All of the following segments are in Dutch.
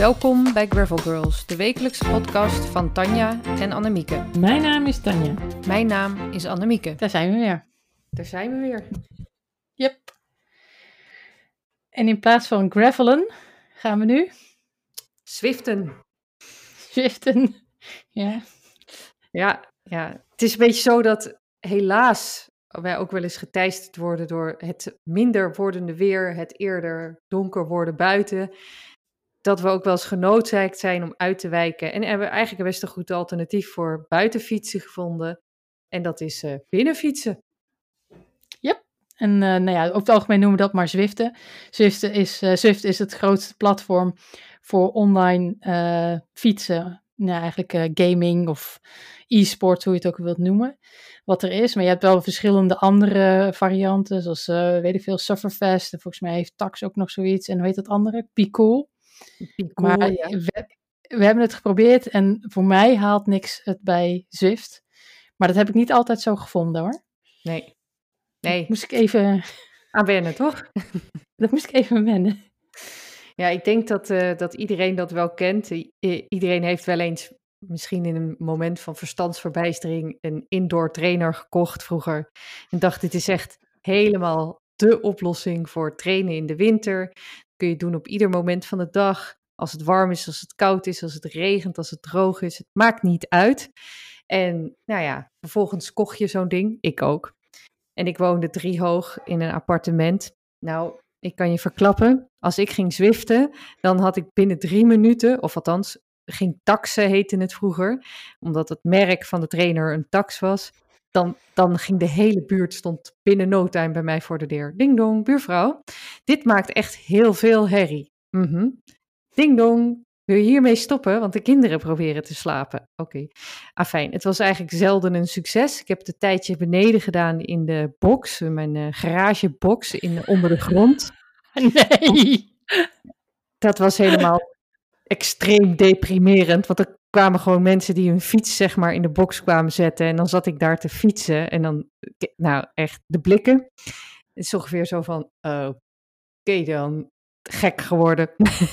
Welkom bij Gravel Girls, de wekelijkse podcast van Tanja en Annemieke. Mijn naam is Tanja. Mijn naam is Annemieke. Daar zijn we weer. Daar zijn we weer. Yep. En in plaats van gravelen gaan we nu Zwiften. zwiften. Ja. Ja, het is een beetje zo dat helaas wij ook wel eens geteisterd worden door het minder wordende weer, het eerder donker worden buiten. Dat we ook wel eens genoodzaakt zijn om uit te wijken. En hebben we eigenlijk best een goed alternatief voor buitenfietsen gevonden. En dat is binnenfietsen. Yep. En over het algemeen noemen we dat maar Zwiften. Zwift is het grootste platform voor online fietsen. Nou, eigenlijk gaming of e-sport, hoe je het ook wilt noemen. Wat er is. Maar je hebt wel verschillende andere varianten. Zoals, weet ik veel, Sufferfest. En volgens mij heeft Tax ook nog zoiets. En hoe heet dat andere? Picool. Maar Ja. we hebben het geprobeerd. En voor mij haalt niks het bij Zwift. Maar dat heb ik niet altijd zo gevonden, hoor. Nee. Moest ik even aan wennen, toch? Dat moest ik even wennen. Ja, ik denk dat iedereen dat wel kent. Iedereen heeft wel eens misschien in een moment van verstandsverbijstering een indoor trainer gekocht vroeger. En dacht, dit is echt helemaal de oplossing voor trainen in de winter. Dat kun je doen op ieder moment van de dag. Als het warm is, als het koud is, als het regent, als het droog is. Het maakt niet uit. En nou ja, vervolgens kocht je zo'n ding. Ik ook. En ik woonde 3 hoog in een appartement. Nou, ik kan je verklappen, als ik ging zwiften, dan had ik binnen 3 minuten, of althans, ging taxen heette het vroeger, omdat het merk van de trainer een tax was, dan ging de hele buurt, stond binnen no time bij mij voor de deur. Ding dong, buurvrouw, dit maakt echt heel veel herrie. Ding dong, wil je hiermee stoppen? Want de kinderen proberen te slapen. Oké. Afijn, het was eigenlijk zelden een succes. Ik heb het een tijdje beneden gedaan in de box, mijn garagebox onder de grond. Nee. Dat was helemaal extreem deprimerend, want er kwamen gewoon mensen die hun fiets zeg maar in de box kwamen zetten en dan zat ik daar te fietsen en dan, nou echt, de blikken. Het is ongeveer zo van, oké dan, gek geworden.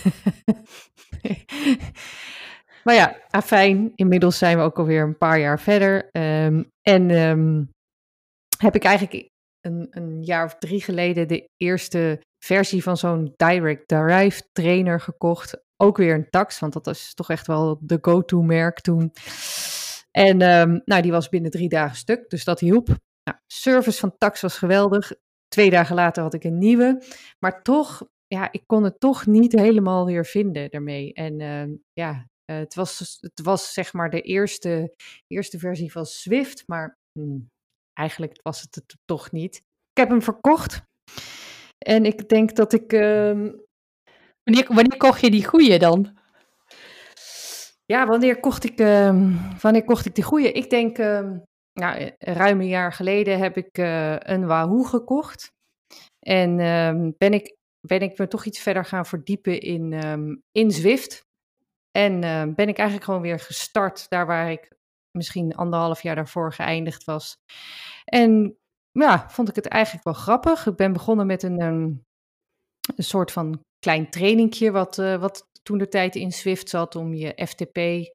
Maar ja, afijn, inmiddels zijn we ook alweer een paar jaar verder. Heb ik eigenlijk een jaar of 3 geleden de eerste versie van zo'n Direct Drive trainer gekocht. Ook weer een tax, want dat was toch echt wel de go-to merk toen. En die was binnen 3 dagen stuk, dus dat hielp. Nou, service van tax was geweldig. 2 dagen later had ik een nieuwe. Maar toch, ja, ik kon het toch niet helemaal weer vinden daarmee. En het was zeg maar de eerste versie van Zwift, maar eigenlijk was het toch niet. Ik heb hem verkocht. En ik denk dat ik... Wanneer kocht je die goeie dan? Ja, wanneer kocht ik die goeie? Ik denk, ruim een jaar geleden heb ik een Wahoo gekocht. En ben ik me toch iets verder gaan verdiepen in Zwift. En ben ik eigenlijk gewoon weer gestart daar waar ik misschien 1,5 jaar daarvoor geëindigd was. En ja, vond ik het eigenlijk wel grappig. Ik ben begonnen met een soort van klein trainingje wat toen de tijd in Zwift zat om je FTP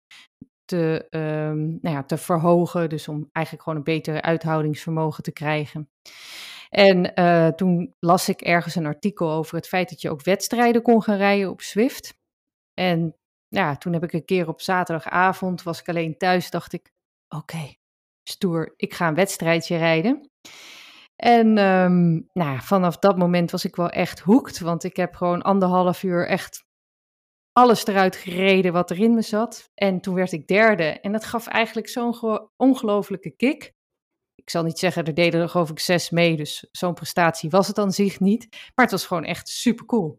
te verhogen. Dus om eigenlijk gewoon een beter uithoudingsvermogen te krijgen. En toen las ik ergens een artikel over het feit dat je ook wedstrijden kon gaan rijden op Zwift. En ja, toen heb ik een keer op zaterdagavond, was ik alleen thuis, dacht ik, oké, stoer, ik ga een wedstrijdje rijden. En vanaf dat moment was ik wel echt hooked, want ik heb gewoon 1,5 uur echt alles eruit gereden wat er in me zat. En toen werd ik 3e en dat gaf eigenlijk zo'n ongelofelijke kick. Ik zal niet zeggen, er deden er geloof ik 6 mee, dus zo'n prestatie was het aan zich niet. Maar het was gewoon echt super cool.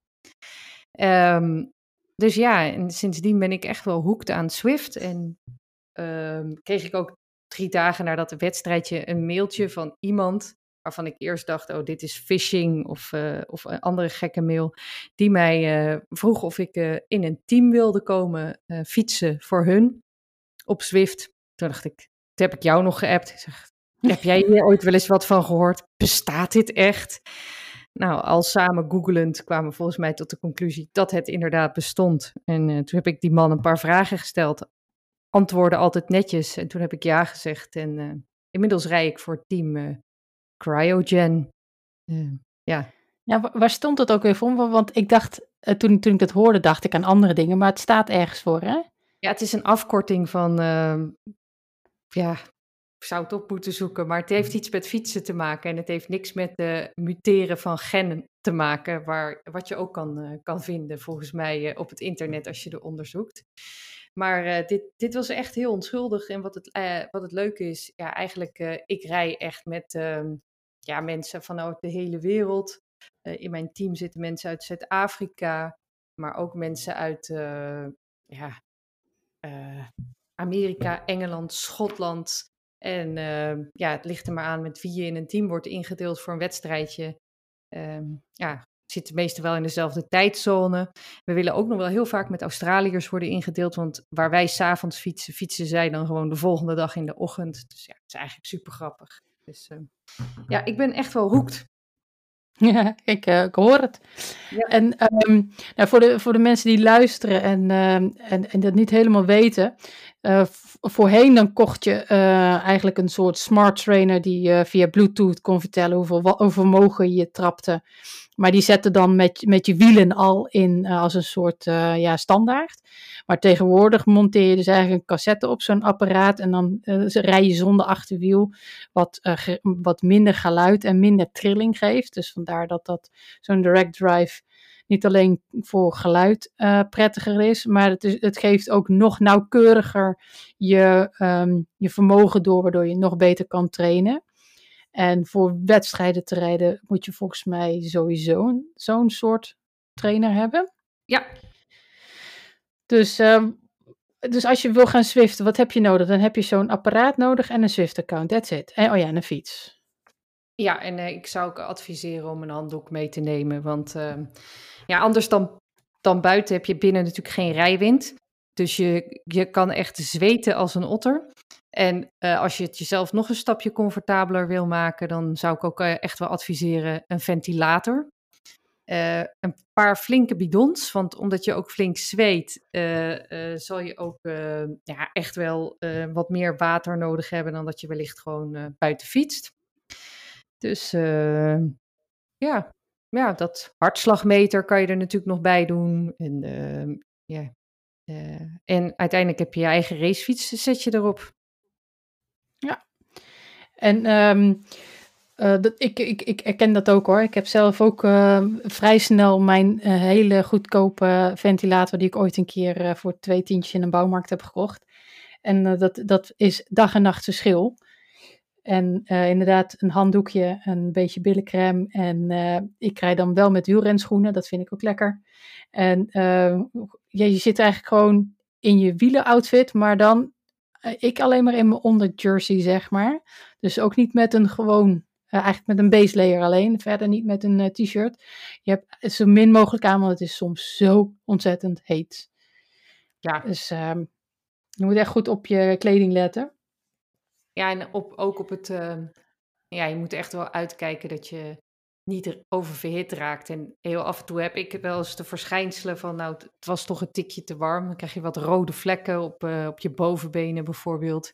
Dus ja, en sindsdien ben ik echt wel hooked aan Zwift. En kreeg ik ook 3 dagen na dat wedstrijdje een mailtje van iemand waarvan ik eerst dacht, oh, dit is phishing of een andere gekke mail, die mij vroeg of ik in een team wilde komen fietsen voor hun op Zwift. Toen dacht ik, toen heb ik jou nog geappt. Ik zeg, heb jij hier ooit wel eens wat van gehoord? Bestaat dit echt? Nou, al samen googelend kwamen we volgens mij tot de conclusie dat het inderdaad bestond. En toen heb ik die man een paar vragen gesteld. Antwoorden altijd netjes. En toen heb ik ja gezegd. En inmiddels rij ik voor het team Cryogen. Ja. Ja, waar stond het ook weer voor? Want ik dacht, toen ik dat hoorde, dacht ik aan andere dingen, maar het staat ergens voor, hè? Ja, het is een afkorting van, ja, ik zou het op moeten zoeken, maar het heeft iets met fietsen te maken en het heeft niks met muteren van genen te maken, wat je ook kan vinden volgens mij op het internet als je er onderzoekt. Maar dit was echt heel onschuldig en wat het leuke is, ja, eigenlijk, ik rij echt met mensen vanuit de hele wereld. In mijn team zitten mensen uit Zuid-Afrika, maar ook mensen uit ja, Amerika, Engeland, Schotland. En het ligt er maar aan met wie je in een team wordt ingedeeld voor een wedstrijdje. Zitten meestal wel in dezelfde tijdzone. We willen ook nog wel heel vaak met Australiërs worden ingedeeld, want waar wij 's avonds fietsen, fietsen zij dan gewoon de volgende dag in de ochtend. Dus ja, het is eigenlijk super grappig. Dus ik ben echt wel hooked. Ja, ik hoor het. Ja. En nou, voor de mensen die luisteren en dat niet helemaal weten. Voorheen dan kocht je eigenlijk een soort smart trainer die via Bluetooth kon vertellen hoeveel vermogen je trapte. Maar die zette dan met je wielen al in als een soort standaard. Maar tegenwoordig monteer je dus eigenlijk een cassette op zo'n apparaat en dan rij je zonder achterwiel wat minder geluid en minder trilling geeft. Dus vandaar dat zo'n direct drive niet alleen voor geluid prettiger is, maar het geeft ook nog nauwkeuriger je vermogen door, waardoor je nog beter kan trainen. En voor wedstrijden te rijden moet je volgens mij sowieso zo'n soort trainer hebben. Ja. Dus als je wil gaan Zwiften, wat heb je nodig? Dan heb je zo'n apparaat nodig en een Zwift-account. That's it. En een fiets. Ja, en ik zou ook adviseren om een handdoek mee te nemen. Want anders dan buiten heb je binnen natuurlijk geen rijwind. Dus je kan echt zweten als een otter. En als je het jezelf nog een stapje comfortabeler wil maken, dan zou ik ook echt wel adviseren een ventilator. Een paar flinke bidons, want omdat je ook flink zweet, zal je ook echt wel wat meer water nodig hebben dan dat je wellicht gewoon buiten fietst. Dus dat hartslagmeter kan je er natuurlijk nog bij doen. En uiteindelijk heb je je eigen racefiets, zet je erop. Ja. En ik herken dat ook hoor. Ik heb zelf ook vrij snel mijn hele goedkope ventilator die ik ooit een keer voor 2 tientjes in een bouwmarkt heb gekocht. En dat is dag en nacht verschil. En inderdaad een handdoekje, een beetje billencrème. En ik rijd dan wel met wielrenschoenen, dat vind ik ook lekker. En je zit eigenlijk gewoon in je wieleroutfit, maar dan ik alleen maar in mijn onderjersey, zeg maar. Dus ook niet met een gewoon, eigenlijk met een base layer alleen. Verder niet met een t-shirt. Je hebt zo min mogelijk aan, want het is soms zo ontzettend heet. Ja. Dus je moet echt goed op je kleding letten. Ja, en ook op het... je moet echt wel uitkijken dat je niet oververhit raakt. En heel af en toe heb ik wel eens de verschijnselen van... nou, het was toch een tikje te warm. Dan krijg je wat rode vlekken op je bovenbenen bijvoorbeeld.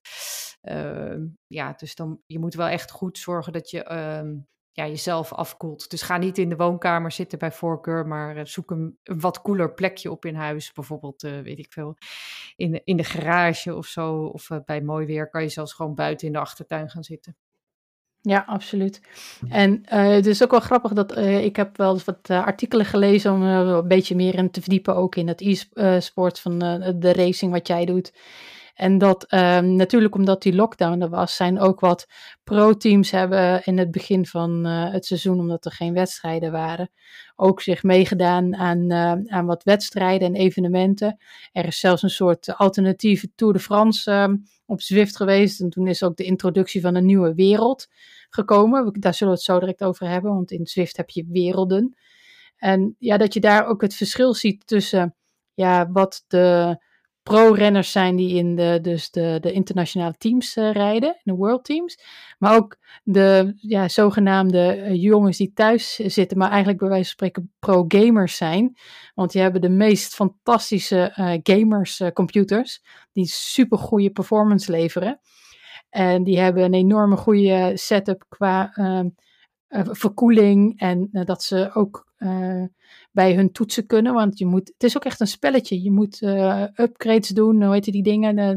Dus je moet wel echt goed zorgen dat je jezelf afkoelt. Dus ga niet in de woonkamer zitten bij voorkeur... maar zoek een wat koeler plekje op in huis. Bijvoorbeeld, weet ik veel, in de garage of zo. Of bij mooi weer kan je zelfs gewoon buiten in de achtertuin gaan zitten. Ja, absoluut. En het is ook wel grappig dat ik heb wel eens wat artikelen gelezen om een beetje meer in te verdiepen, ook in het e-sport van de racing wat jij doet. En dat natuurlijk omdat die lockdown er was, zijn ook wat pro-teams hebben in het begin van het seizoen, omdat er geen wedstrijden waren, ook zich meegedaan aan wat wedstrijden en evenementen. Er is zelfs een soort alternatieve Tour de France op Zwift geweest. En toen is ook de introductie van een nieuwe wereld gekomen. Daar zullen we het zo direct over hebben, want in Zwift heb je werelden. En ja, dat je daar ook het verschil ziet tussen wat de pro-renners zijn die in de internationale teams rijden, de world teams. Maar ook de zogenaamde jongens die thuis zitten, maar eigenlijk bij wijze van spreken pro-gamers zijn. Want die hebben de meest fantastische gamers-computers, die super goede performance leveren. En die hebben een enorme goede setup qua verkoeling en dat ze ook bij hun toetsen kunnen. Want het is ook echt een spelletje. Je moet upgrades doen, hoe heet die dingen?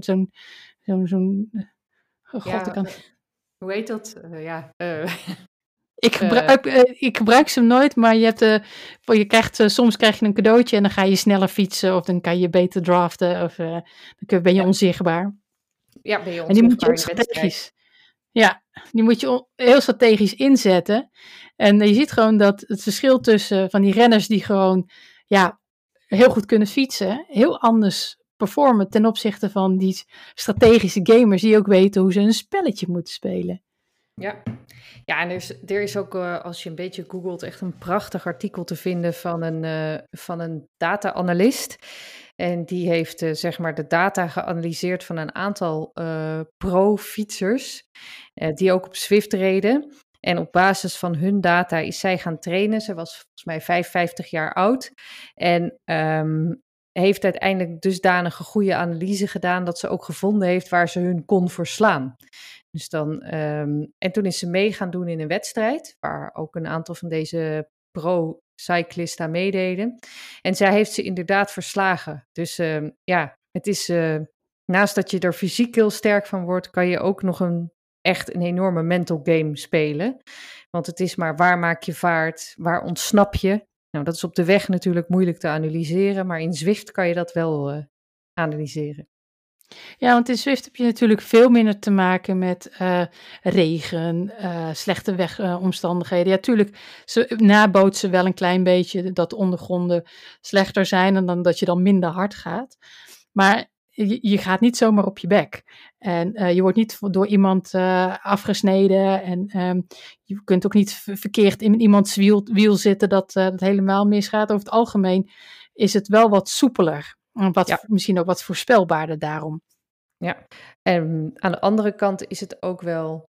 God, hoe heet dat? Ik gebruik ze nooit, maar soms krijg je een cadeautje en dan ga je sneller fietsen of dan kan je beter draften of dan ben je onzichtbaar. Ja, ben je onzichtbaar. En die moet je ook strategisch. Ja, die moet je heel strategisch inzetten. En je ziet gewoon dat het verschil tussen van die renners die gewoon heel goed kunnen fietsen, heel anders performen ten opzichte van die strategische gamers die ook weten hoe ze een spelletje moeten spelen. Ja, en er is ook, als je een beetje googelt, echt een prachtig artikel te vinden van een data-analyst. En die heeft zeg maar de data geanalyseerd van een aantal pro-fietsers die ook op Zwift reden. En op basis van hun data is zij gaan trainen. Ze was volgens mij 55 jaar oud. En heeft uiteindelijk dusdanige goede analyse gedaan dat ze ook gevonden heeft waar ze hun kon verslaan. Dus en toen is ze mee gaan doen in een wedstrijd, waar ook een aantal van deze pro-cyclisten meededen. En zij heeft ze inderdaad verslagen. Dus het is, naast dat je er fysiek heel sterk van wordt, kan je ook nog echt een enorme mental game spelen. Want het is maar waar maak je vaart, waar ontsnap je. Nou, dat is op de weg natuurlijk moeilijk te analyseren, maar in Zwift kan je dat wel analyseren. Ja, want in Zwift heb je natuurlijk veel minder te maken met regen, slechte wegomstandigheden. Ja, tuurlijk, ze nabootsen wel een klein beetje dat de ondergronden slechter zijn en dan dat je dan minder hard gaat. Maar je gaat niet zomaar op je bek. En je wordt niet door iemand afgesneden. En je kunt ook niet verkeerd in iemands wiel zitten dat het helemaal misgaat. Over het algemeen is het wel wat soepeler. Misschien ook wat voorspelbaarder daarom. Ja, en aan de andere kant is het ook wel,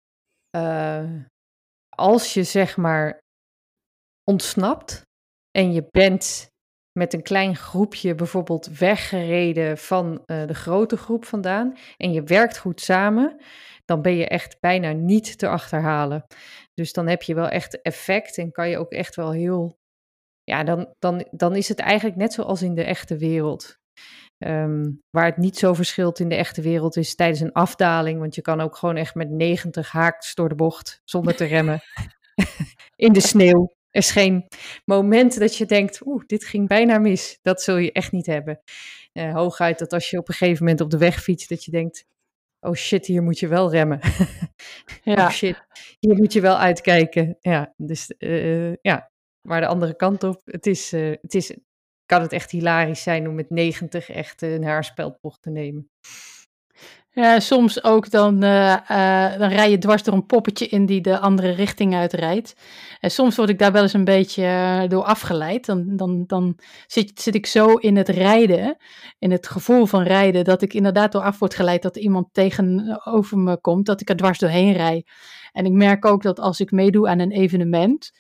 als je zeg maar ontsnapt en je bent met een klein groepje bijvoorbeeld weggereden van de grote groep vandaan en je werkt goed samen, dan ben je echt bijna niet te achterhalen. Dus dan heb je wel echt effect en kan je ook echt wel heel, dan is het eigenlijk net zoals in de echte wereld. Waar het niet zo verschilt in de echte wereld is tijdens een afdaling, want je kan ook gewoon echt met 90 haaks door de bocht zonder te remmen in de sneeuw. Er is geen moment dat je denkt, dit ging bijna mis. Dat zul je echt niet hebben. Hooguit dat als je op een gegeven moment op de weg fietst, dat je denkt, oh shit, hier moet je wel remmen. Ja. Oh shit, hier moet je wel uitkijken. Ja, dus maar de andere kant op, kan het echt hilarisch zijn om met 90 echt een haarspeldbocht te nemen. Ja, soms ook dan rij je dwars door een poppetje in die de andere richting uitrijdt. En soms word ik daar wel eens een beetje door afgeleid. Dan zit ik zo in het rijden, in het gevoel van rijden, dat ik inderdaad door af word geleid dat iemand tegenover me komt, dat ik er dwars doorheen rij. En ik merk ook dat als ik meedoe aan een evenement,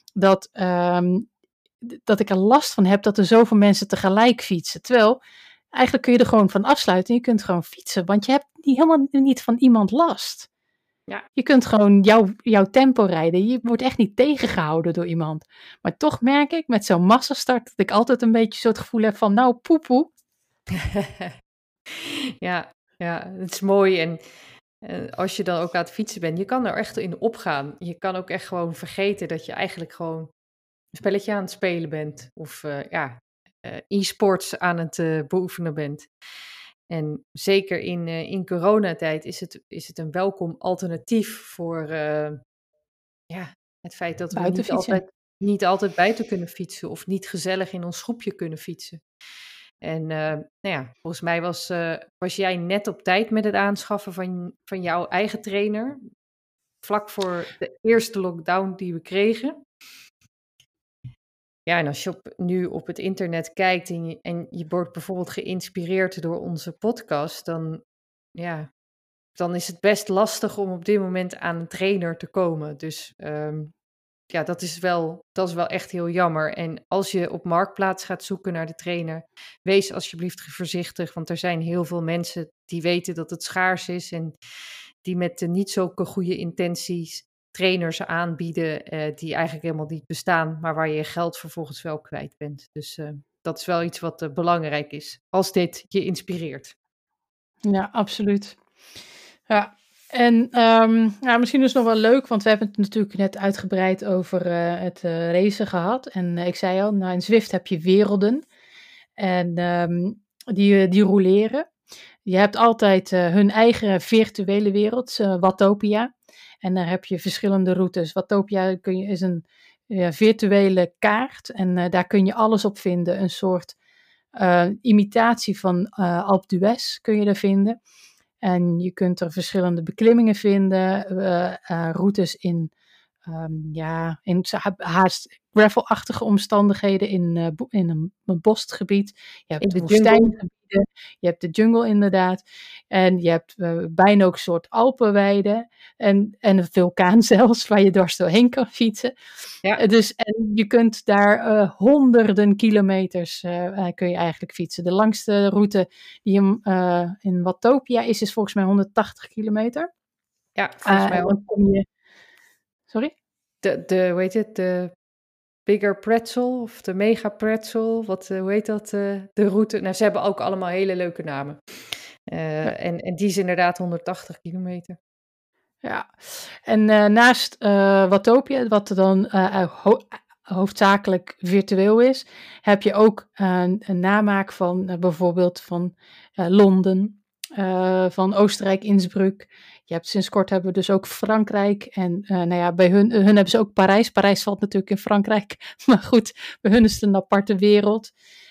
dat ik er last van heb dat er zoveel mensen tegelijk fietsen. Terwijl eigenlijk kun je er gewoon van afsluiten en je kunt gewoon fietsen, want je hebt helemaal niet van iemand last. Ja. Je kunt gewoon jouw tempo rijden. Je wordt echt niet tegengehouden door iemand. Maar toch merk ik met zo'n massastart dat ik altijd een beetje zo het gevoel heb van nou poepoe. Ja, het is mooi. En als je dan ook aan het fietsen bent, je kan er echt in opgaan. Je kan ook echt gewoon vergeten dat je eigenlijk gewoon een spelletje aan het spelen bent. Of e-sports aan het beoefenen bent. En zeker in coronatijd is het een welkom alternatief voor het feit dat we niet altijd buiten kunnen fietsen of niet gezellig in ons groepje kunnen fietsen. En volgens mij was jij net op tijd met het aanschaffen van jouw eigen trainer, vlak voor de eerste lockdown die we kregen. Ja, en als je nu op het internet kijkt en je wordt bijvoorbeeld geïnspireerd door onze podcast, ja, dan is het best lastig om op dit moment aan een trainer te komen. Dus ja, dat is wel echt heel jammer. En als je op Marktplaats gaat zoeken naar de trainer, wees alsjeblieft voorzichtig, want er zijn heel veel mensen die weten dat het schaars is en die met de niet zulke goede intenties trainers aanbieden die eigenlijk helemaal niet bestaan, maar waar je je geld vervolgens wel kwijt bent. Dus dat is wel iets wat belangrijk is, als dit je inspireert. Ja, absoluut. Ja, en ja, misschien is het nog wel leuk, want we hebben het natuurlijk net uitgebreid over het racen gehad. En ik zei al, nou, in Zwift heb je werelden en die roleren. Je hebt altijd hun eigen virtuele wereld, Watopia. En daar heb je verschillende routes. Watopia is een virtuele kaart en daar kun je alles op vinden. Een soort imitatie van Alpe d'Huez kun je er vinden. En je kunt er verschillende beklimmingen vinden, routes in haast gravelachtige omstandigheden in een bosgebied. Je In hebt de jungle. woestijngebieden, je hebt de jungle inderdaad. En je hebt bijna ook een soort Alpenweiden en een vulkaan zelfs, waar je dwars doorheen kan fietsen. Ja, En je kunt daar honderden kilometers kun je eigenlijk fietsen. De langste route die in Watopia is volgens mij 180 kilometer. ja, volgens mij En ook. dan kom je... Sorry? Hoe heet het? De Bigger Pretzel of de Mega Pretzel. Hoe heet dat? De route. Nou, ze hebben ook allemaal hele leuke namen. Ja. En die is inderdaad 180 kilometer. Ja, en naast Watopia, wat er dan hoofdzakelijk virtueel is, heb je ook een namaak van bijvoorbeeld van Londen, van Oostenrijk, Innsbruck. Je hebt sinds kort hebben we dus ook Frankrijk en nou ja, bij hun hebben ze ook Parijs. Parijs valt natuurlijk in Frankrijk, maar goed, bij hun is het een aparte wereld.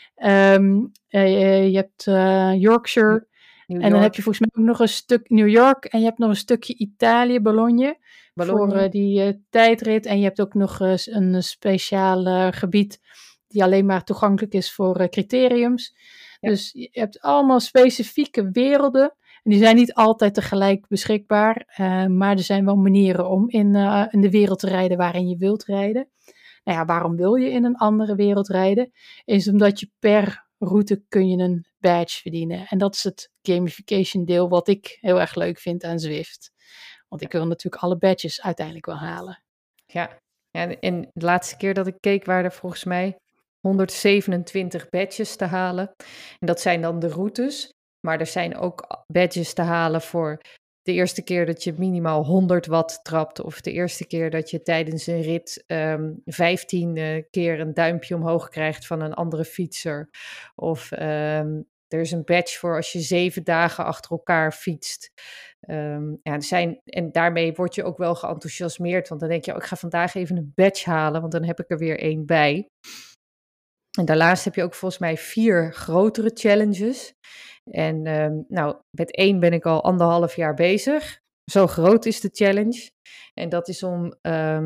Je hebt Yorkshire. New En dan heb York, je volgens mij ook nog een stuk New York en je hebt nog een stukje Italië, Bologna, voor Bologna. die tijdrit. En je hebt ook nog een speciaal gebied die alleen maar toegankelijk is voor criteriums. Ja. Dus je hebt allemaal specifieke werelden. En die zijn niet altijd tegelijk beschikbaar, maar er zijn wel manieren om in de wereld te rijden waarin je wilt rijden. Nou ja, waarom wil je in een andere wereld rijden? Is omdat je per route kun je een badge verdienen. En dat is het gamification deel wat ik heel erg leuk vind aan Zwift. Want ik wil natuurlijk alle badges uiteindelijk wel halen. Ja, en de laatste keer dat ik keek waren er volgens mij 127 badges te halen. En dat zijn dan de routes. Maar er zijn ook badges te halen voor de eerste keer dat je minimaal 100 watt trapt. Of de eerste keer dat je tijdens een rit 15 keer een duimpje omhoog krijgt van een andere fietser. Of er is een badge voor als je 7 dagen achter elkaar fietst. En daarmee word je ook wel geenthousiasmeerd. Want dan denk je, ik ga vandaag even een badge halen, want dan heb ik er weer één bij. En daarnaast heb je ook volgens mij 4 grotere challenges. En nou, met 1 ben ik al 1,5 jaar bezig. Zo groot is de challenge. En dat is om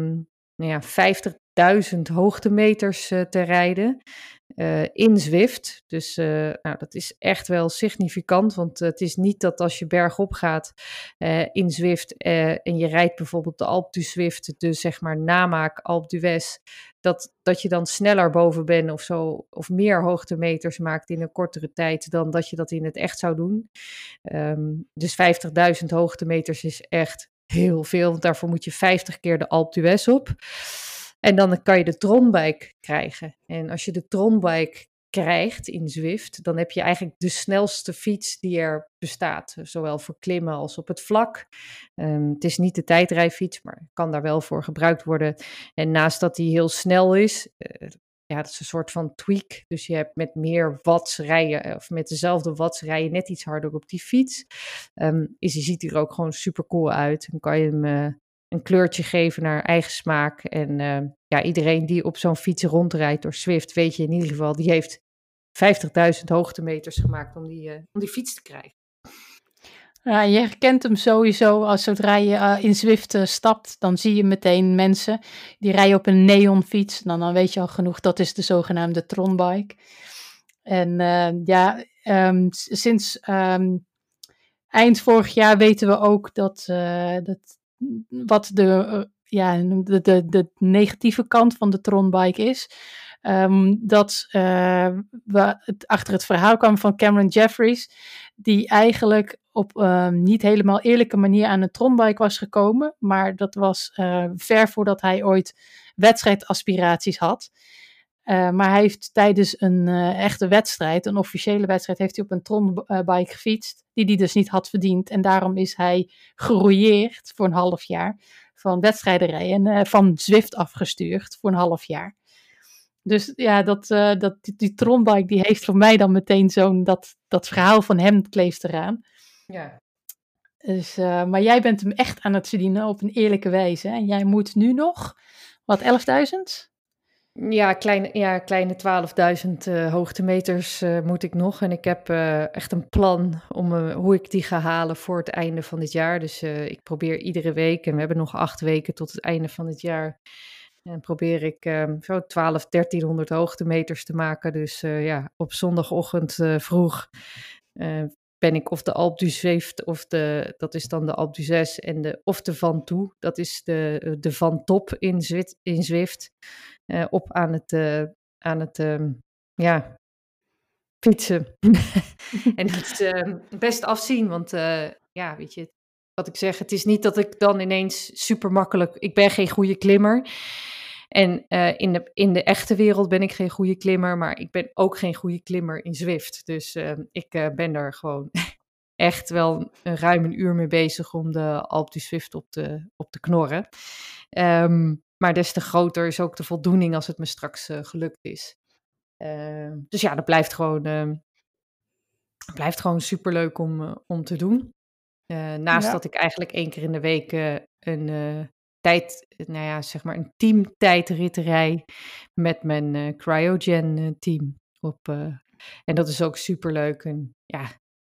50.000 hoogtemeters te rijden in Zwift. Dus nou, dat is echt wel significant, want het is niet dat als je bergop gaat in Zwift en je rijdt bijvoorbeeld de Alpe du Zwift, dus zeg maar namaak Alpe d'Huez, dat je dan sneller boven bent of zo, of meer hoogtemeters maakt in een kortere tijd dan dat je dat in het echt zou doen. Dus 50.000 hoogtemeters is echt heel veel, want daarvoor moet je 50 keer de Alpe d'Huez op. En dan kan je de Tronbike krijgen. En als je de Tronbike krijgt in Zwift, dan heb je eigenlijk de snelste fiets die er bestaat. Zowel voor klimmen als op het vlak. Het is niet de tijdrijfiets, maar kan daar wel voor gebruikt worden. En naast dat die heel snel is, ja, dat is een soort van tweak. Dus je hebt met meer watts rijden, of met dezelfde watts rijden net iets harder op die fiets. Je ziet er ook gewoon super cool uit. Dan kan je hem een kleurtje geven naar eigen smaak. En ja, iedereen die op zo'n fiets rondrijdt door Zwift, weet je in ieder geval, die heeft 50.000 hoogtemeters gemaakt om die fiets te krijgen. Ja, je herkent hem sowieso als zodra je in Zwift stapt, dan zie je meteen mensen die rijden op een neonfiets. Dan weet je al genoeg, dat is de zogenaamde Tronbike. En sinds eind vorig jaar weten we ook dat wat de negatieve kant van de Tronbike is. Dat we achter het verhaal kwamen van Cameron Jeffries, die eigenlijk op niet helemaal eerlijke manier aan een Tronbike was gekomen. Maar dat was ver voordat hij ooit wedstrijdaspiraties had. Maar hij heeft tijdens een echte wedstrijd, een officiële wedstrijd, heeft hij op een Tronbike gefietst, die hij dus niet had verdiend. En daarom is hij gerouilleerd voor een half jaar van wedstrijderij en van Zwift afgestuurd voor een half jaar. Dus ja, die Tronbike die heeft voor mij dan meteen dat verhaal van hem kleeft eraan. Ja. Dus, maar jij bent hem echt aan het verdienen op een eerlijke wijze. En jij moet nu nog, wat, 11.000? Ja, kleine 12.000 hoogtemeters moet ik nog. En ik heb echt een plan om hoe ik die ga halen voor het einde van dit jaar. Dus ik probeer iedere week, en we hebben nog 8 weken tot het einde van het jaar. En probeer ik zo 1300 hoogtemeters te maken. Dus ja, op zondagochtend vroeg ben ik of de Alpe d'Huez dat is dan de Alpe d'Huez, of de Van Toe, dat is de Van Top in Zwift, op aan het ja, fietsen. En dat is best afzien, want ja, weet je, wat ik zeg, het is niet dat ik dan ineens super makkelijk, ik ben geen goede klimmer. En in de echte wereld ben ik geen goede klimmer, maar ik ben ook geen goede klimmer in Zwift. Dus ik ben daar gewoon echt wel ruim een uur mee bezig om de Alpe du Zwift op te knorren. Maar des te groter is ook de voldoening als het me straks gelukt is. Dus ja, dat blijft gewoon superleuk om te doen. Naast dat ik eigenlijk 1 keer in de week een zeg maar een teamtijdrit rij met mijn Cryogen team. En dat is ook superleuk. En ja,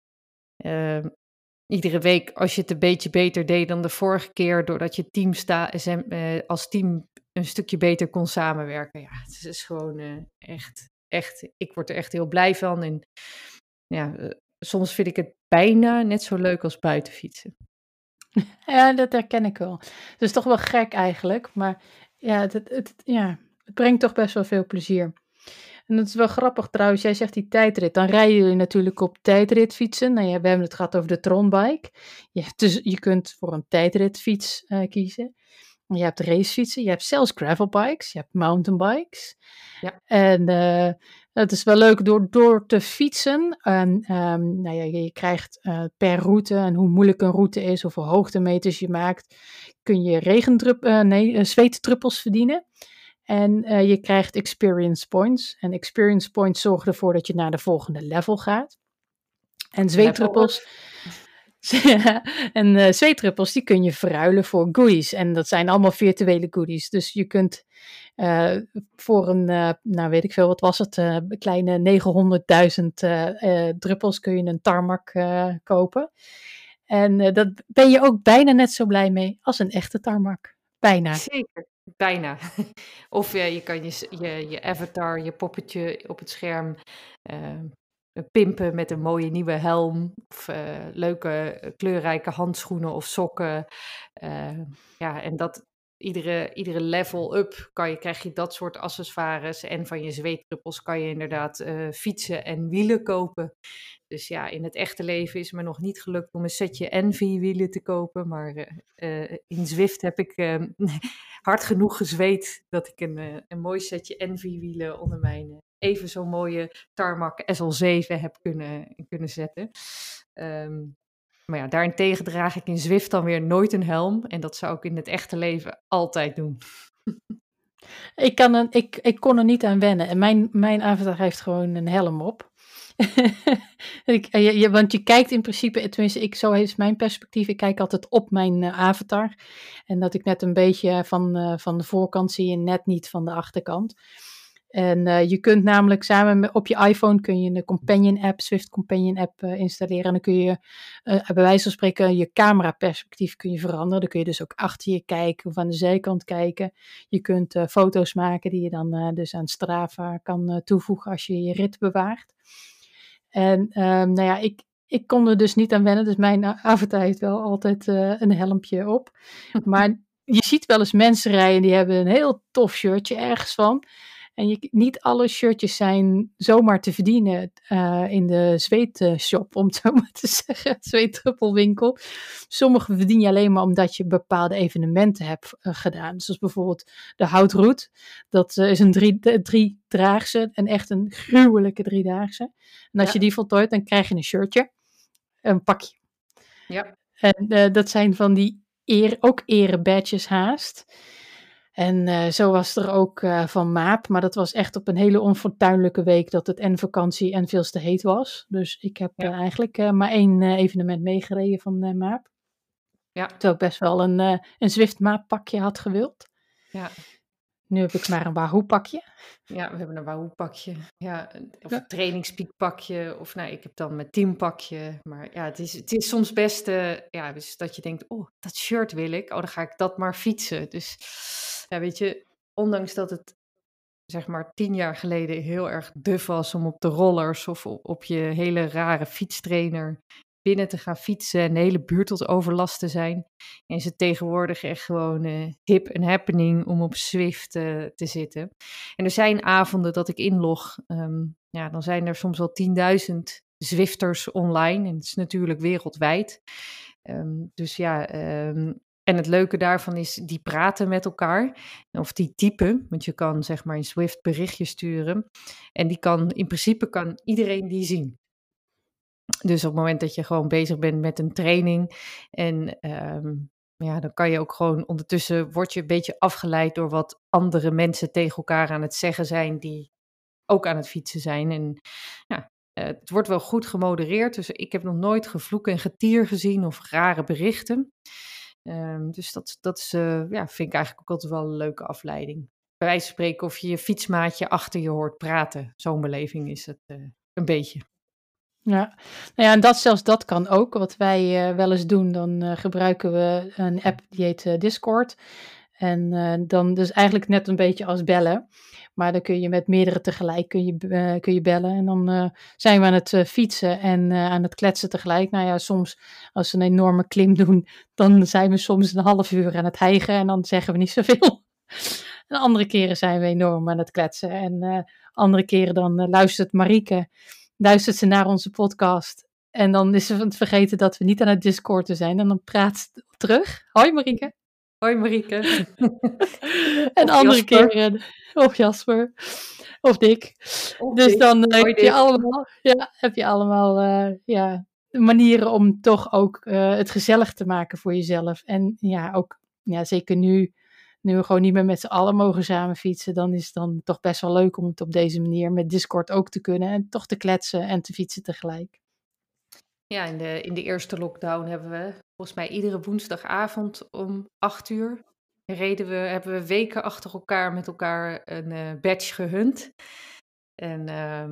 iedere week als je het een beetje beter deed dan de vorige keer, doordat je als team een stukje beter kon samenwerken. Ja, het is gewoon echt, ik word er echt heel blij van. En ja, soms vind ik het bijna net zo leuk als buitenfietsen. Ja, dat herken ik wel. Het is toch wel gek eigenlijk, maar ja, het brengt toch best wel veel plezier. En dat is wel grappig trouwens, jij zegt die tijdrit. Dan rijden jullie natuurlijk op tijdritfietsen. Nou ja, we hebben het gehad over de Tronbike. Dus je kunt voor een tijdritfiets kiezen. Je hebt racefietsen, je hebt zelfs gravelbikes, je hebt mountainbikes. Ja. En het is wel leuk door te fietsen. En nou ja, je krijgt per route, en hoe moeilijk een route is, hoeveel hoogtemeters je maakt, kun je zweetdruppels verdienen. En je krijgt experience points. En experience points zorgen ervoor dat je naar de volgende level gaat. En zweetdruppels... En zweetdruppels die kun je verruilen voor goodies. En dat zijn allemaal virtuele goodies. Dus je kunt voor een, nou weet ik veel, wat was het? Kleine 900.000 druppels kun je een tarmac kopen. En dat ben je ook bijna net zo blij mee als een echte tarmac. Bijna. Zeker, bijna. Of je kan je avatar, je poppetje op het scherm pimpen met een mooie nieuwe helm. Of leuke kleurrijke handschoenen of sokken. Ja, en iedere level up krijg je dat soort accessoires. En van je zweetdruppels kan je inderdaad fietsen en wielen kopen. Dus ja, in het echte leven is me nog niet gelukt om een setje Envy-wielen te kopen. Maar in Zwift heb ik hard genoeg gezweet dat ik een mooi setje Envy-wielen onder mijn even zo'n mooie Tarmac SL7 heb kunnen zetten. Maar ja, daarentegen draag ik in Zwift dan weer nooit een helm. En dat zou ik in het echte leven altijd doen. Ik kon er niet aan wennen. En mijn avatar heeft gewoon een helm op. Want je kijkt in principe, tenminste, zo is mijn perspectief. Ik kijk altijd op mijn avatar. En dat ik net een beetje van de voorkant zie en net niet van de achterkant. En je kunt namelijk op je iPhone kun je een Companion app, Swift Companion app installeren. En dan kun je bij wijze van spreken je cameraperspectief kun je veranderen. Dan kun je dus ook achter je kijken of aan de zijkant kijken. Je kunt foto's maken die je dan dus aan Strava kan toevoegen als je je rit bewaart. En nou ja, ik kon er dus niet aan wennen, dus mijn avatar heeft wel altijd een helmpje op. Maar je ziet wel eens mensen rijden die hebben een heel tof shirtje ergens van. En niet alle shirtjes zijn zomaar te verdienen in de zweetshop, om het zo maar te zeggen, zweetdruppelwinkel. Sommige verdien je alleen maar omdat je bepaalde evenementen hebt gedaan. Dus zoals bijvoorbeeld de Houtroute. Dat is een driedaagse en echt een gruwelijke driedaagse. En als je die voltooit, dan krijg je een shirtje, een pakje. Ja. En dat zijn van die ook erebadges haast. En zo was er ook van Maap, maar dat was echt op een hele onfortuinlijke week dat het en vakantie en veel te heet was. Dus ik heb eigenlijk maar 1 evenement meegereden van Maap. Ja. Terwijl ik best wel een Zwift Maap pakje had gewild. Ja. Nu heb ik maar een Wahoo pakje. Ja, we hebben een Wahoo pakje. Ja, of een trainingspeak pakje. Of nou, ik heb dan mijn teampakje. Maar ja, het is soms best dus dat je denkt, oh, dat shirt wil ik. Oh, dan ga ik dat maar fietsen. Dus ja, weet je, ondanks dat het zeg maar 10 jaar geleden heel erg duf was om op de rollers of op je hele rare fietstrainer binnen te gaan fietsen en de hele buurt tot overlast te zijn. En is het tegenwoordig echt gewoon hip en happening om op Zwift te zitten. En er zijn avonden dat ik inlog, dan zijn er soms wel 10.000 Zwifters online. En het is natuurlijk wereldwijd. Dus ja, en het leuke daarvan is, die praten met elkaar. Of die typen, want je kan zeg maar in Zwift berichtjes sturen. En in principe kan iedereen die zien. Dus op het moment dat je gewoon bezig bent met een training en dan kan je ook gewoon ondertussen word je een beetje afgeleid door wat andere mensen tegen elkaar aan het zeggen zijn die ook aan het fietsen zijn. En ja, het wordt wel goed gemodereerd, dus ik heb nog nooit gevloek en getier gezien of rare berichten. Dus dat is, vind ik eigenlijk ook altijd wel een leuke afleiding. Bij wijze van spreken of je je fietsmaatje achter je hoort praten. Zo'n beleving is het een beetje. Ja, nou ja, en zelfs dat kan ook. Wat wij wel eens doen, dan gebruiken we een app die heet Discord. En dan dus eigenlijk net een beetje als bellen. Maar dan kun je met meerdere tegelijk kun je bellen. En dan zijn we aan het fietsen en aan het kletsen tegelijk. Nou ja, soms als we een enorme klim doen, dan zijn we soms een half uur aan het hijgen. En dan zeggen we niet zoveel. En andere keren zijn we enorm aan het kletsen. En andere keren dan luistert ze naar onze podcast. En dan is ze vergeten dat we niet aan het discorden zijn. En dan praat ze terug. Hoi Marieke. Hoi Marieke. En andere keren. Of Jasper. Of Dick. Of dus Dick. dan Hoi, heb je allemaal manieren om toch ook het gezellig te maken voor jezelf. En ja, ook zeker nu we gewoon niet meer met z'n allen mogen samen fietsen, dan is het dan toch best wel leuk om het op deze manier met Discord ook te kunnen. En toch te kletsen en te fietsen tegelijk. Ja, in de eerste lockdown hebben we volgens mij iedere woensdagavond om 8 uur hebben we weken achter elkaar met elkaar een badge gehunt. En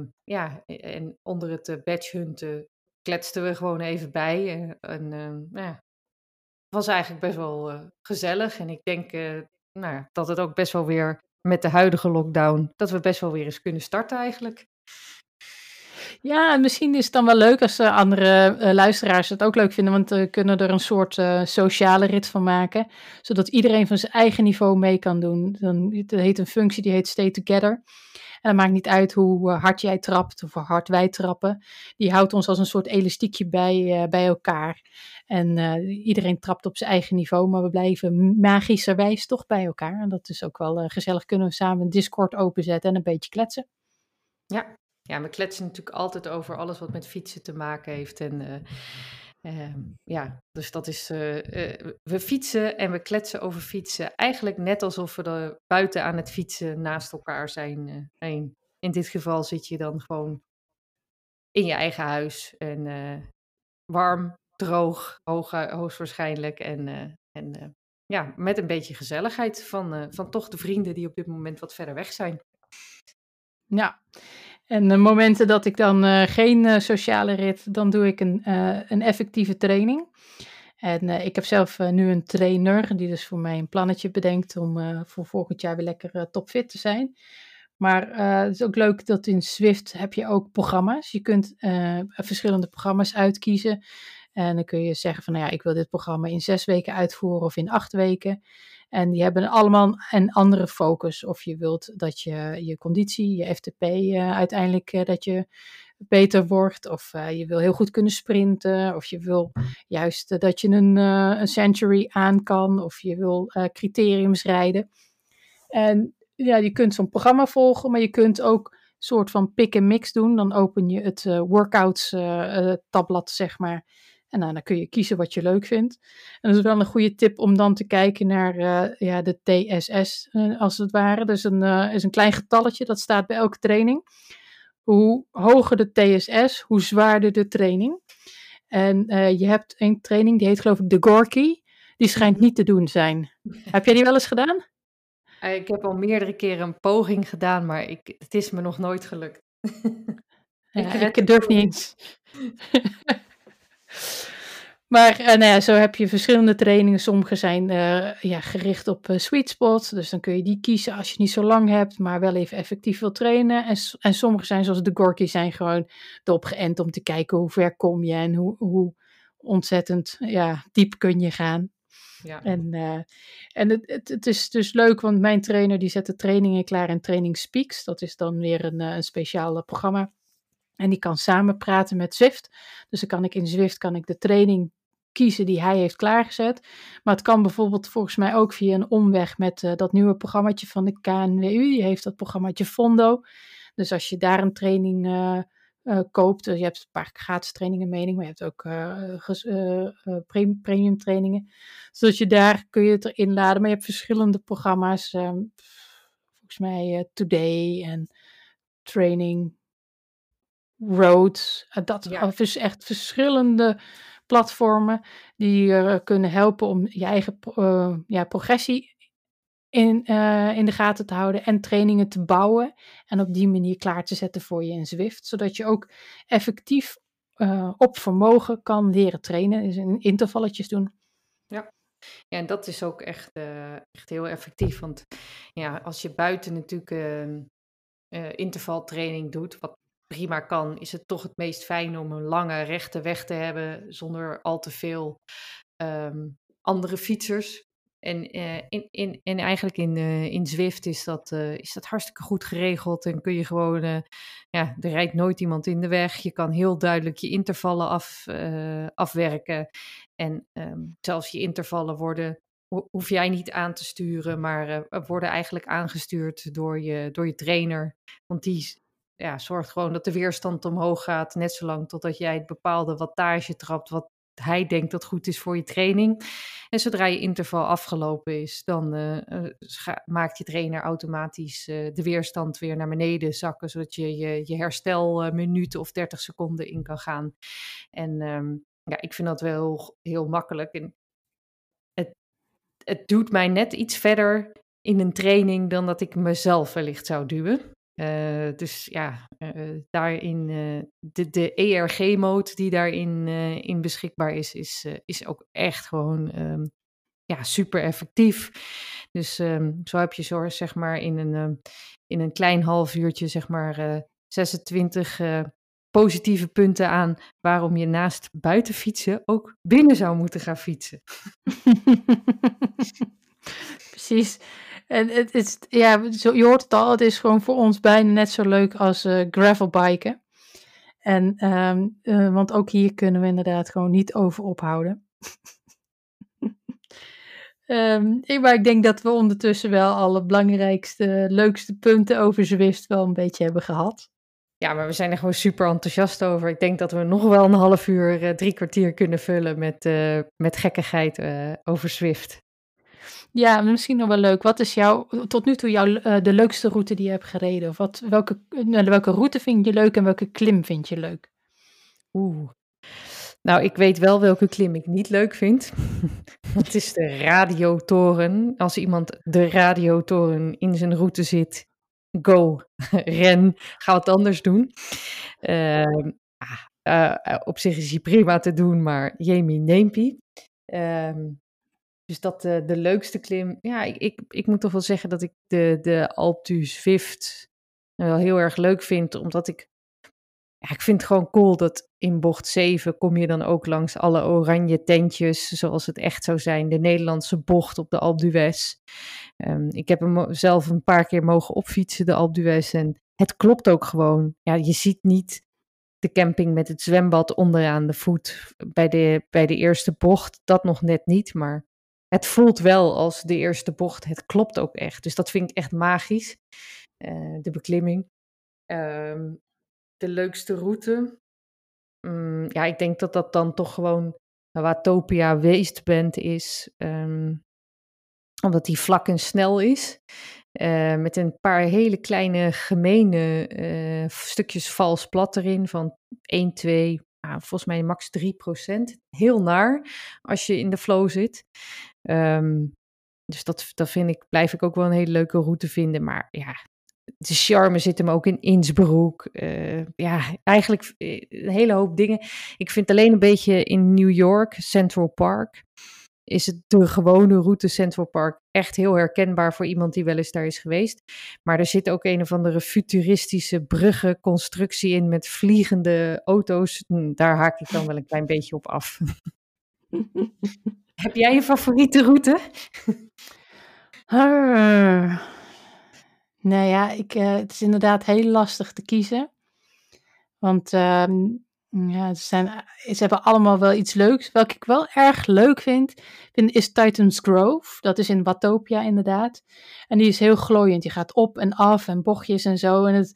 en onder het badge hunten kletsten we gewoon even bij. Het was eigenlijk best wel gezellig. En ik denk dat het ook best wel weer met de huidige lockdown, dat we best wel weer eens kunnen starten eigenlijk. Ja, en misschien is het dan wel leuk als andere luisteraars het ook leuk vinden, want we kunnen er een soort sociale rit van maken, zodat iedereen van zijn eigen niveau mee kan doen. Het heet een functie die heet Stay Together. En het maakt niet uit hoe hard jij trapt of hoe hard wij trappen. Die houdt ons als een soort elastiekje bij elkaar. En iedereen trapt op zijn eigen niveau, maar we blijven magischerwijs toch bij elkaar. En dat is ook wel gezellig. Kunnen we samen een Discord openzetten en een beetje kletsen. Ja, we kletsen natuurlijk altijd over alles wat met fietsen te maken heeft. En dus dat is. We fietsen en we kletsen over fietsen. Eigenlijk net alsof we er buiten aan het fietsen naast elkaar zijn. In dit geval zit je dan gewoon in je eigen huis. En warm, droog, hoogstwaarschijnlijk. En met een beetje gezelligheid van toch de vrienden die op dit moment wat verder weg zijn. Ja. En de momenten dat ik dan geen sociale rit, dan doe ik een effectieve training. En ik heb zelf nu een trainer die dus voor mij een plannetje bedenkt om voor volgend jaar weer lekker topfit te zijn. Maar het is ook leuk dat in Zwift heb je ook programma's. Je kunt verschillende programma's uitkiezen. En dan kun je zeggen van, nou ja, ik wil dit programma in 6 weken uitvoeren of in 8 weken. En die hebben allemaal een andere focus. Of je wilt dat je conditie, je FTP uiteindelijk dat je beter wordt. Of je wil heel goed kunnen sprinten. Of je wil juist dat je een century aan kan. Of je wil criteriums rijden. En ja, je kunt zo'n programma volgen, maar je kunt ook een soort van pick and mix doen. Dan open je het workouts tabblad, zeg maar. En dan kun je kiezen wat je leuk vindt. En dat is wel een goede tip om dan te kijken naar de TSS, als het ware. Dus is een klein getalletje, dat staat bij elke training. Hoe hoger de TSS, hoe zwaarder de training. En je hebt een training, die heet geloof ik de Gorky. Die schijnt niet te doen zijn. Heb jij die wel eens gedaan? Ik heb al meerdere keren een poging gedaan, maar het is me nog nooit gelukt. Ik red Ik het durf niet gewoon eens. Maar nou ja, zo heb je verschillende trainingen. Sommige zijn gericht op sweet spot. Dus dan kun je die kiezen als je niet zo lang hebt, maar wel even effectief wil trainen. En sommige zijn zoals de Gorky zijn gewoon erop geënt om te kijken hoe ver kom je en hoe ontzettend diep kun je gaan. Ja. En het is dus leuk, want mijn trainer die zet de trainingen klaar in Training Speaks. Dat is dan weer een speciaal programma. En die kan samen praten met Zwift. Dus dan kan ik in Zwift de training kiezen die hij heeft klaargezet. Maar het kan bijvoorbeeld volgens mij ook via een omweg met dat nieuwe programmaatje van de KNWU. Die heeft dat programmaatje Fondo. Dus als je daar een training koopt, je hebt een paar gratis trainingen mening, maar je hebt ook premium trainingen. Dus daar kun je het erin laden. Maar je hebt verschillende programma's. Volgens mij Today en Training Roads. Dus echt verschillende platformen die je kunnen helpen om je eigen progressie in de gaten te houden en trainingen te bouwen en op die manier klaar te zetten voor je in Zwift, zodat je ook effectief op vermogen kan leren trainen, dus in intervalletjes doen. Ja, en dat is ook echt heel effectief, want ja, als je buiten natuurlijk intervaltraining doet, wat prima kan, is het toch het meest fijn om een lange rechte weg te hebben zonder al te veel andere fietsers. En eigenlijk in Zwift is dat hartstikke goed geregeld en kun je gewoon, er rijdt nooit iemand in de weg. Je kan heel duidelijk je intervallen afwerken. En zelfs je intervallen hoef jij niet aan te sturen, maar worden eigenlijk aangestuurd door je trainer. Want die zorgt gewoon dat de weerstand omhoog gaat, net zolang totdat jij het bepaalde wattage trapt wat hij denkt dat goed is voor je training. En zodra je interval afgelopen is, dan maakt je trainer automatisch de weerstand weer naar beneden zakken, zodat je herstelminuut of 30 seconden in kan gaan. En ik vind dat wel heel makkelijk. En het doet mij net iets verder in een training dan dat ik mezelf wellicht zou duwen. Dus daarin de ERG-mode die daarin in beschikbaar is ook echt gewoon super effectief. Dus zo heb je zeg maar in een klein half uurtje zeg maar 26 positieve punten aan waarom je naast buiten fietsen ook binnen zou moeten gaan fietsen. Precies. En het is, je hoort het al, het is gewoon voor ons bijna net zo leuk als gravelbiken. En, want ook hier kunnen we inderdaad gewoon niet over ophouden. Maar ik denk dat we ondertussen wel alle belangrijkste, leukste punten over Zwift wel een beetje hebben gehad. Ja, maar we zijn er gewoon super enthousiast over. Ik denk dat we nog wel een half uur, 3 kwartier kunnen vullen met gekkigheid over Zwift. Ja, misschien nog wel leuk. Wat is tot nu toe de leukste route die je hebt gereden? Of welke route vind je leuk en welke klim vind je leuk? Nou, ik weet wel welke klim ik niet leuk vind. Dat is de radiotoren. Als iemand de radiotoren in zijn route go, ren, ga wat anders doen. Op zich is hij prima te doen, maar jemie neempie. Dus dat de leukste klim. Ja, ik moet toch wel zeggen dat ik de Alpe du Zwift wel heel erg leuk vind. Omdat ik vind het gewoon cool dat in bocht 7 kom je dan ook langs alle oranje tentjes. Zoals het echt zou zijn. De Nederlandse bocht op de Alpe d'Huez. Ik heb hem zelf een paar keer mogen opfietsen, de Alpe d'Huez. En het klopt ook gewoon. Ja, je ziet niet de camping met het zwembad onderaan de voet bij de eerste bocht. Dat nog net niet, maar het voelt wel als de eerste bocht. Het klopt ook echt. Dus dat vind ik echt magisch. De beklimming. De leukste route. Ja, ik denk dat dat dan toch gewoon Watopia Wasteland is. Omdat die vlak en snel is. Met een paar hele kleine gemene stukjes vals plat erin van 1, 2, volgens mij max 3%. Heel naar als je in de flow zit. Dus dat blijf ik ook wel een hele leuke route vinden. Maar ja, de charme zit hem ook in Innsbruck. Ja, eigenlijk een hele hoop dingen. Ik vind alleen een beetje in New York, Central Park, is het de gewone route Central Park echt heel herkenbaar voor iemand die wel eens daar is geweest. Maar er zit ook een of andere futuristische bruggenconstructie in met vliegende auto's. Daar haak ik dan wel een klein beetje op af. Heb jij een favoriete route? Nou ja, het is inderdaad heel lastig te kiezen. Want ja, ze hebben allemaal wel iets leuks. Welke ik wel erg leuk vind is Titans Grove. Dat is in Watopia inderdaad. En die is heel glooiend. Je gaat op en af en bochtjes en zo. En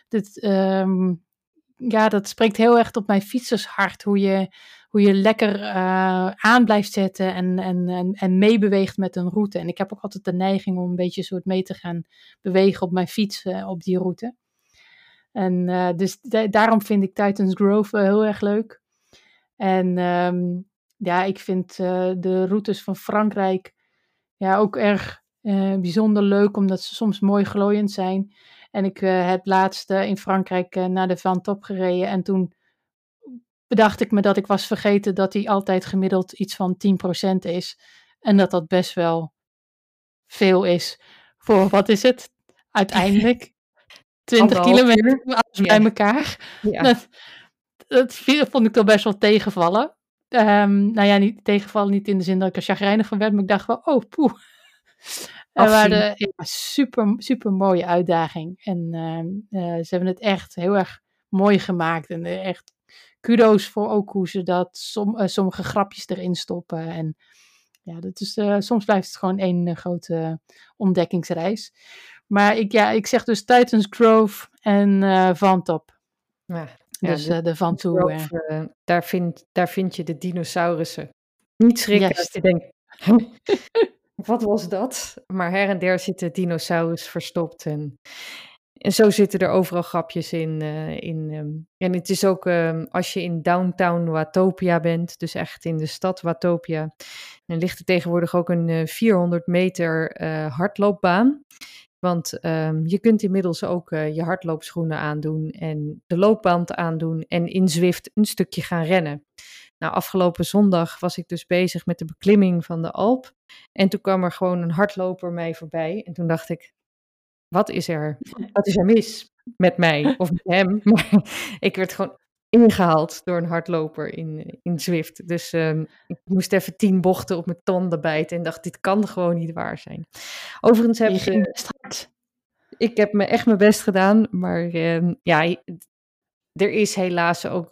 dat spreekt heel erg op mijn fietsershart. Hoe je lekker aan blijft zetten en meebeweegt met een route. En ik heb ook altijd de neiging om een beetje soort mee te gaan bewegen op mijn fiets op die route. En dus daarom vind ik Titans Grove heel erg leuk. En ja, ik vind de routes van Frankrijk ja, ook erg bijzonder leuk, omdat ze soms mooi glooiend zijn. En ik heb laatst in Frankrijk naar de Van Top gereden. En toen bedacht ik me dat ik was vergeten dat die altijd gemiddeld iets van 10% is. En dat best wel veel is voor, wat is het, uiteindelijk 20 kilometer, alles bij elkaar. Ja. Dat vond ik toch best wel tegenvallen. Nou ja, niet tegenvallen, niet in de zin dat ik er chagrijnig van werd, maar ik dacht wel, oh poeh. Er waren super, super mooie uitdaging. En ze hebben het echt heel erg mooi gemaakt. En echt kudo's voor ook hoe ze dat sommige grapjes erin stoppen. En ja, dat is, soms blijft het gewoon één grote ontdekkingsreis. Maar ik zeg dus Titans Grove en Van Top. Ja, dus de Van Toe. Daar vind je de dinosaurussen. Niet schrikken als je denkt, wat was dat? Maar her en der zit de dinosaurus verstopt. En zo zitten er overal grapjes in. En het is ook als je in downtown Watopia bent, dus echt in de stad Watopia, dan ligt er tegenwoordig ook een 400 meter hardloopbaan. Want je kunt inmiddels ook je hardloopschoenen aandoen en de loopband aandoen en in Zwift een stukje gaan rennen. Nou, afgelopen zondag was ik dus bezig met de beklimming van de Alp. En toen kwam er gewoon een hardloper mij voorbij. En toen dacht ik, wat is er mis met mij of met hem? Maar ik werd gewoon ingehaald door een hardloper in Zwift. Dus ik moest even 10 bochten op mijn tanden bijten en dacht, dit kan gewoon niet waar zijn. Overigens heb ik heb echt mijn best gedaan, maar ja, er is helaas ook,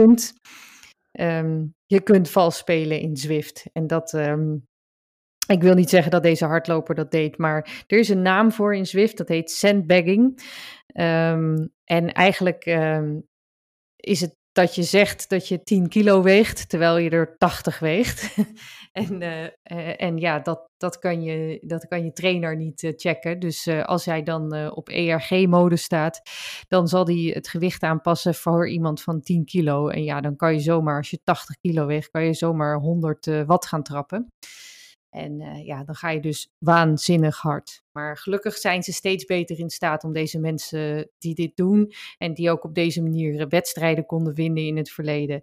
je kunt vals spelen in Zwift. En dat, ik wil niet zeggen dat deze hardloper dat deed, maar er is een naam voor in Zwift, dat heet sandbagging. En eigenlijk is het dat je zegt dat je 10 kilo weegt, terwijl je er 80 weegt. En ja, dat kan je trainer niet checken. Dus als hij dan op ERG-mode staat, dan zal hij het gewicht aanpassen voor iemand van 10 kilo. En ja, dan kan je zomaar, als je 80 kilo weegt, kan je zomaar 100 watt gaan trappen. En dan ga je dus waanzinnig hard. Maar gelukkig zijn ze steeds beter in staat om deze mensen die dit doen en die ook op deze manier wedstrijden konden winnen in het verleden,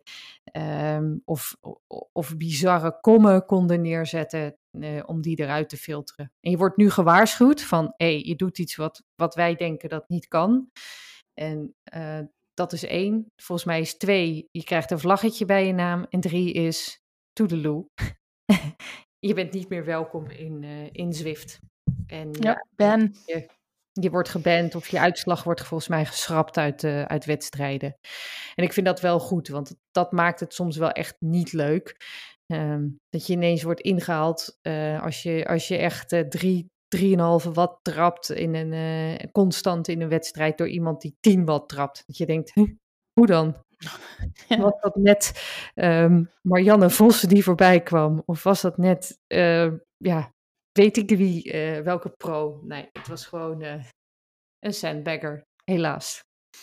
of bizarre kommen konden neerzetten, om die eruit te filteren. En je wordt nu gewaarschuwd van, je doet iets wat wij denken dat niet kan. En dat is 1. Volgens mij is 2, je krijgt een vlaggetje bij je naam. En 3 is toedeloe. Je bent niet meer welkom in Zwift. En ban. Je wordt geband of je uitslag wordt volgens mij geschrapt uit wedstrijden. En ik vind dat wel goed, want dat maakt het soms wel echt niet leuk. Dat je ineens wordt ingehaald als je echt 3,5 watt trapt constant in een wedstrijd door iemand die 10 watt trapt. Dat je denkt, hoe dan? Was dat net Marianne Vossen die voorbij kwam? Of was dat net, weet ik wie, welke pro? Nee, het was gewoon een sandbagger, helaas.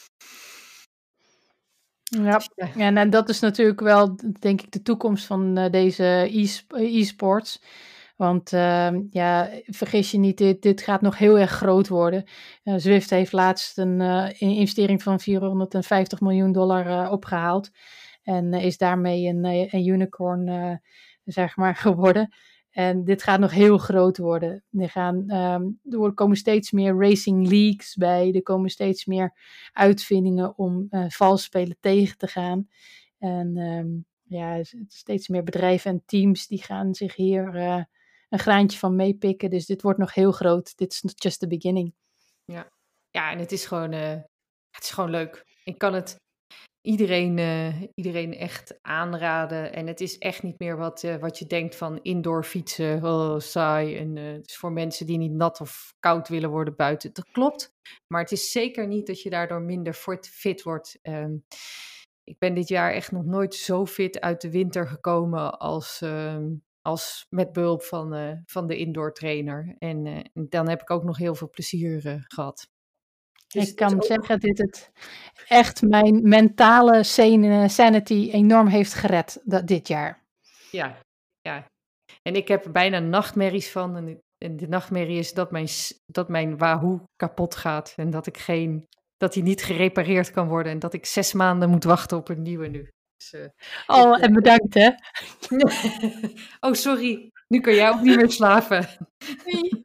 Ja, en dat is natuurlijk wel, denk ik, de toekomst van deze e-sports. Want vergis je niet, dit gaat nog heel erg groot worden. Zwift heeft laatst een investering van $450 miljoen opgehaald. En is daarmee een unicorn, zeg maar, geworden. En dit gaat nog heel groot worden. Er komen steeds meer racing leagues bij. Er komen steeds meer uitvindingen om valsspelen tegen te gaan. En steeds meer bedrijven en teams die gaan zich hier een graantje van meepikken. Dus dit wordt nog heel groot. Dit is just the beginning. Ja, en het is gewoon leuk. Ik kan het iedereen echt aanraden. En het is echt niet meer wat je denkt van indoor fietsen, saai. En het is voor mensen die niet nat of koud willen worden buiten. Dat klopt, maar het is zeker niet dat je daardoor minder fit wordt. Ik ben dit jaar echt nog nooit zo fit uit de winter gekomen als met behulp van de indoor trainer. En dan heb ik ook nog heel veel plezier gehad. Dus ik kan zeggen dat dit echt mijn mentale sanity enorm heeft gered dit jaar. Ja. En ik heb er bijna nachtmerries van. En de nachtmerrie is dat mijn Wahoo kapot gaat. En dat hij niet gerepareerd kan worden. En dat ik 6 maanden moet wachten op een nieuwe nu. Dus, en bedankt hè. Oh, sorry. Nu kan jij ook niet meer slapen. Nee.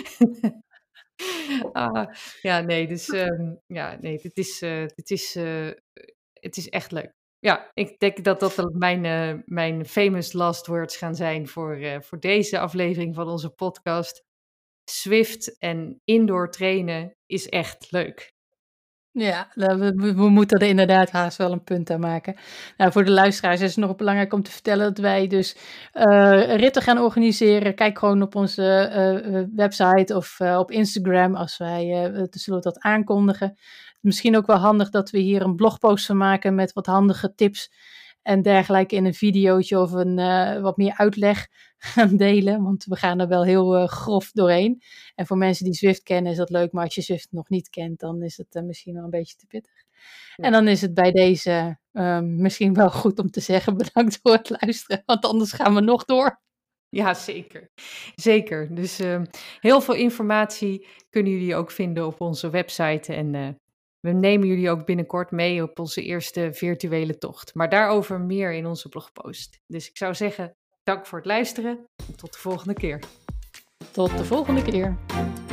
Het is echt leuk. Ja, ik denk dat mijn famous last words gaan zijn voor deze aflevering van onze podcast. Zwift en indoor trainen is echt leuk. Ja, we moeten er inderdaad haast wel een punt aan maken. Nou, voor de luisteraars is het nog belangrijk om te vertellen dat wij dus ritten gaan organiseren. Kijk gewoon op onze website of op Instagram als wij zullen dat aankondigen. Misschien ook wel handig dat we hier een blogpost van maken met wat handige tips en dergelijke in een videootje of wat meer uitleg gaan delen. Want we gaan er wel heel grof doorheen. En voor mensen die Zwift kennen is dat leuk. Maar als je Zwift nog niet kent, dan is het misschien wel een beetje te pittig. Ja. En dan is het bij deze misschien wel goed om te zeggen bedankt voor het luisteren. Want anders gaan we nog door. Ja, zeker. Zeker. Dus heel veel informatie kunnen jullie ook vinden op onze website. En we nemen jullie ook binnenkort mee op onze eerste virtuele tocht. Maar daarover meer in onze blogpost. Dus ik zou zeggen, dank voor het luisteren en tot de volgende keer. Tot de volgende keer.